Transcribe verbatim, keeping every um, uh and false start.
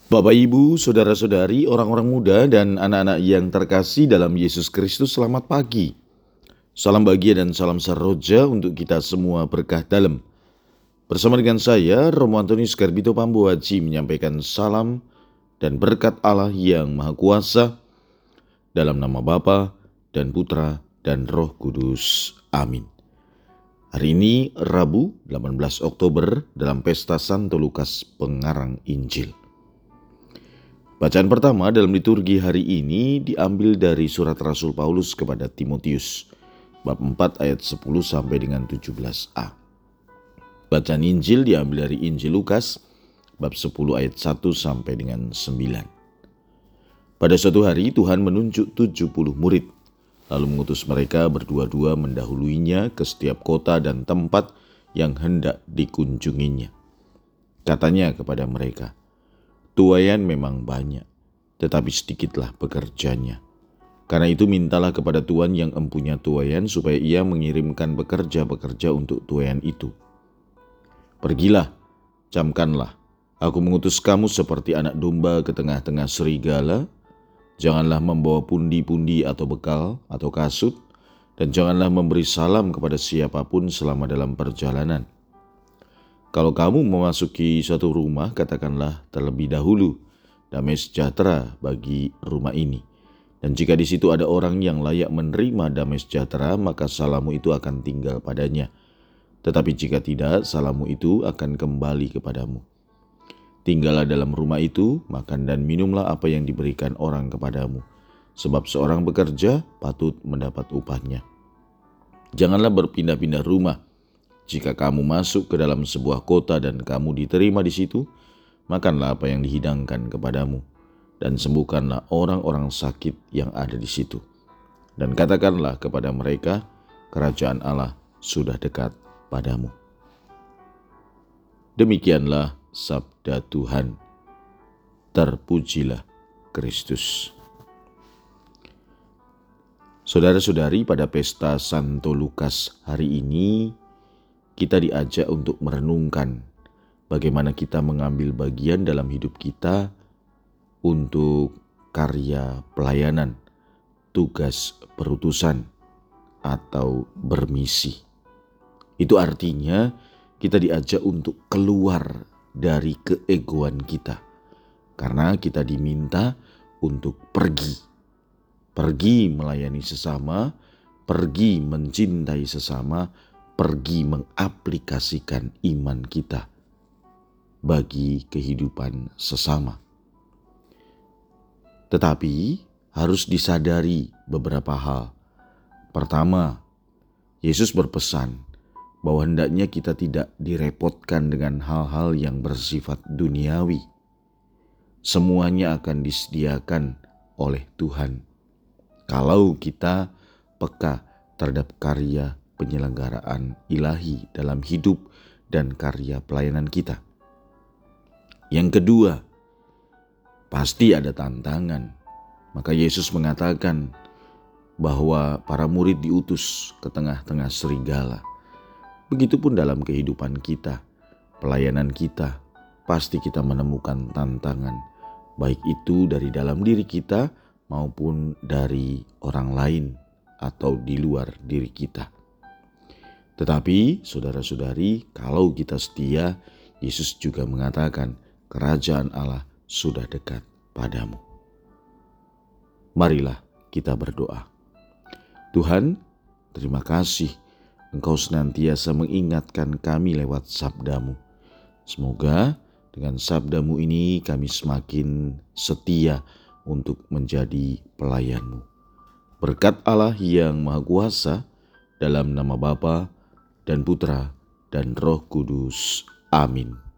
Bapak, Ibu, Saudara-saudari, orang-orang muda, dan anak-anak yang terkasih dalam Yesus Kristus, selamat pagi. Salam bahagia dan salam saroja untuk kita semua berkah dalam. Bersama dengan saya, Romo Antonius Garbito Pambuaji, menyampaikan salam dan berkat Allah yang Maha Kuasa, dalam nama Bapa dan Putra dan Roh Kudus. Amin. Hari ini Rabu delapan belas Oktober dalam Pesta Santo Lukas Pengarang Injil. Bacaan pertama dalam liturgi hari ini diambil dari surat Rasul Paulus kepada Timotius, bab empat ayat sepuluh sampai dengan tujuh belas a. Bacaan Injil diambil dari Injil Lukas, bab sepuluh ayat satu sampai dengan sembilan. Pada suatu hari Tuhan menunjuk tujuh puluh murid, lalu mengutus mereka berdua-dua mendahuluinya ke setiap kota dan tempat yang hendak dikunjunginya. Katanya kepada mereka, "Tuaian memang banyak, tetapi sedikitlah pekerjanya. Karena itu mintalah kepada Tuhan yang empunya tuaian supaya ia mengirimkan pekerja-pekerja untuk tuaian itu. Pergilah, camkanlah, aku mengutus kamu seperti anak domba ke tengah-tengah serigala. Janganlah membawa pundi-pundi atau bekal atau kasut, dan janganlah memberi salam kepada siapapun selama dalam perjalanan. Kalau kamu memasuki suatu rumah, katakanlah terlebih dahulu, damai sejahtera bagi rumah ini. Dan jika di situ ada orang yang layak menerima damai sejahtera, maka salammu itu akan tinggal padanya. Tetapi jika tidak, salammu itu akan kembali kepadamu. Tinggallah dalam rumah itu, makan dan minumlah apa yang diberikan orang kepadamu. Sebab seorang bekerja patut mendapat upahnya. Janganlah berpindah-pindah rumah. Jika kamu masuk ke dalam sebuah kota dan kamu diterima di situ, makanlah apa yang dihidangkan kepadamu, dan sembuhkanlah orang-orang sakit yang ada di situ. Dan katakanlah kepada mereka, kerajaan Allah sudah dekat padamu." Demikianlah sabda Tuhan. Terpujilah Kristus. Saudara-saudari, pada pesta Santo Lukas hari ini, kita diajak untuk merenungkan bagaimana kita mengambil bagian dalam hidup kita untuk karya pelayanan, tugas perutusan, atau bermisi. Itu artinya kita diajak untuk keluar dari keegoan kita, karena kita diminta untuk pergi. Pergi melayani sesama, pergi mencintai sesama, pergi mengaplikasikan iman kita bagi kehidupan sesama. Tetapi harus disadari beberapa hal. Pertama, Yesus berpesan bahwa hendaknya kita tidak direpotkan dengan hal-hal yang bersifat duniawi. Semuanya akan disediakan oleh Tuhan kalau kita peka terhadap karya penyelenggaraan ilahi dalam hidup dan karya pelayanan kita. Yang kedua, pasti ada tantangan. Maka Yesus mengatakan bahwa para murid diutus ke tengah-tengah serigala. Begitupun dalam kehidupan kita, pelayanan kita, pasti kita menemukan tantangan, baik itu dari dalam diri kita maupun dari orang lain atau di luar diri kita. Tetapi saudara-saudari, kalau kita setia, Yesus juga mengatakan kerajaan Allah sudah dekat padamu. Marilah kita berdoa. Tuhan, terima kasih Engkau senantiasa mengingatkan kami lewat sabda-Mu. Semoga dengan sabda-Mu ini kami semakin setia untuk menjadi pelayan-Mu. Berkat Allah yang Maha Kuasa, dalam nama Bapa dan Putra dan Roh Kudus. Amin.